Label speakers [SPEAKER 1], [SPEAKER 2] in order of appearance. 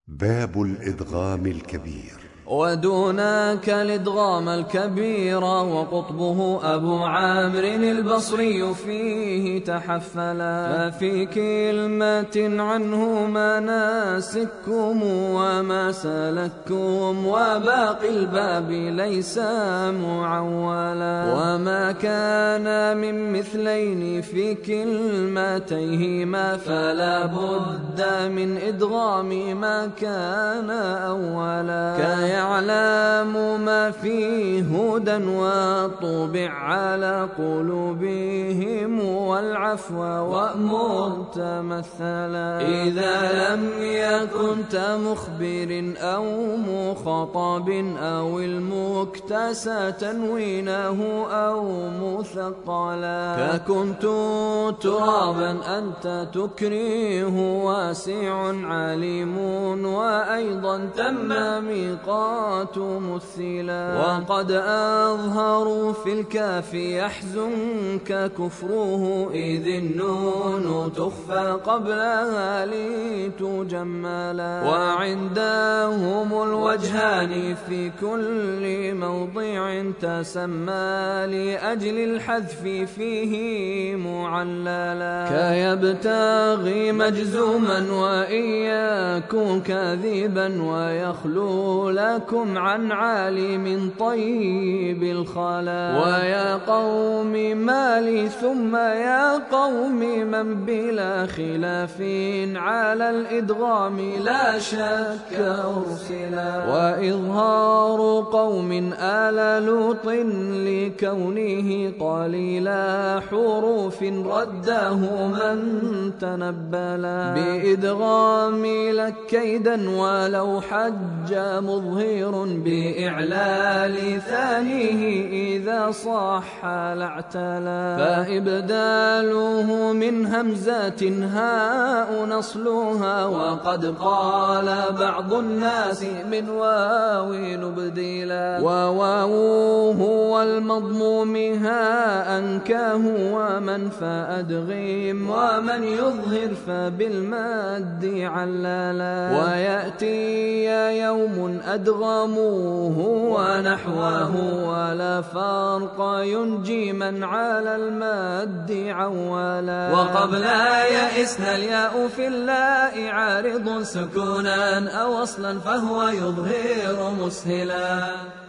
[SPEAKER 1] باب الإدغام الكبير.
[SPEAKER 2] ودونك الإدغام الكبير وقطبه أبو عامر البصري فيه تحفلا، ففي كلمة عنه مناسككم وما سلككم وباقي الباب ليس معولا، وما كان من مثلين في كلمتيهما فلا بد من إدغام ما كان أولا، يعلم ما فيه هدى وطبع على قلوبهم والعفو وأمر تمثلا، إذا لم يكن مخبر أو مخاطب أو المكتسى تنوينه أو مثقلا، ككنت ترابا أنت تكريه واسع عليم وأيضا تم ميقات مثلا، وقد أظهروا في الكاف يحزنك كفره إذ النون تخفى قبلها لتجملا، وعندهم الوجهان في كل موضع تسمى لأجل الحذف فيه معللا، كيبتغي مجزوما وإياكم كاذبا ويخلو لكم عن عالم طيب الخلا، ويا قوم مالي ثم يا قوم من بلا خلاف على الإدغام لا شك أرسلا، وإظهار قوم آل لوط لكونه قليلا حروف رده من تنبلا، بإدغام لك كيدا ولو حج مظهر بإعلال ثانيه إذا صح لاعتلا، فإبداله من همزات هاء نصلها، وقد قال بعض الناس من واو نبدلا، وواوه والمضموم هاء كهو من فأدغم ومن يظهر فبالمد عللا، ويأتي يوم أدغموه ونحوه ولا فرق ينجي من على المد عولا، وقبل يئسنا الياء في اللاء عارض سكونا أو أصلا فهو يظهر مسهلا.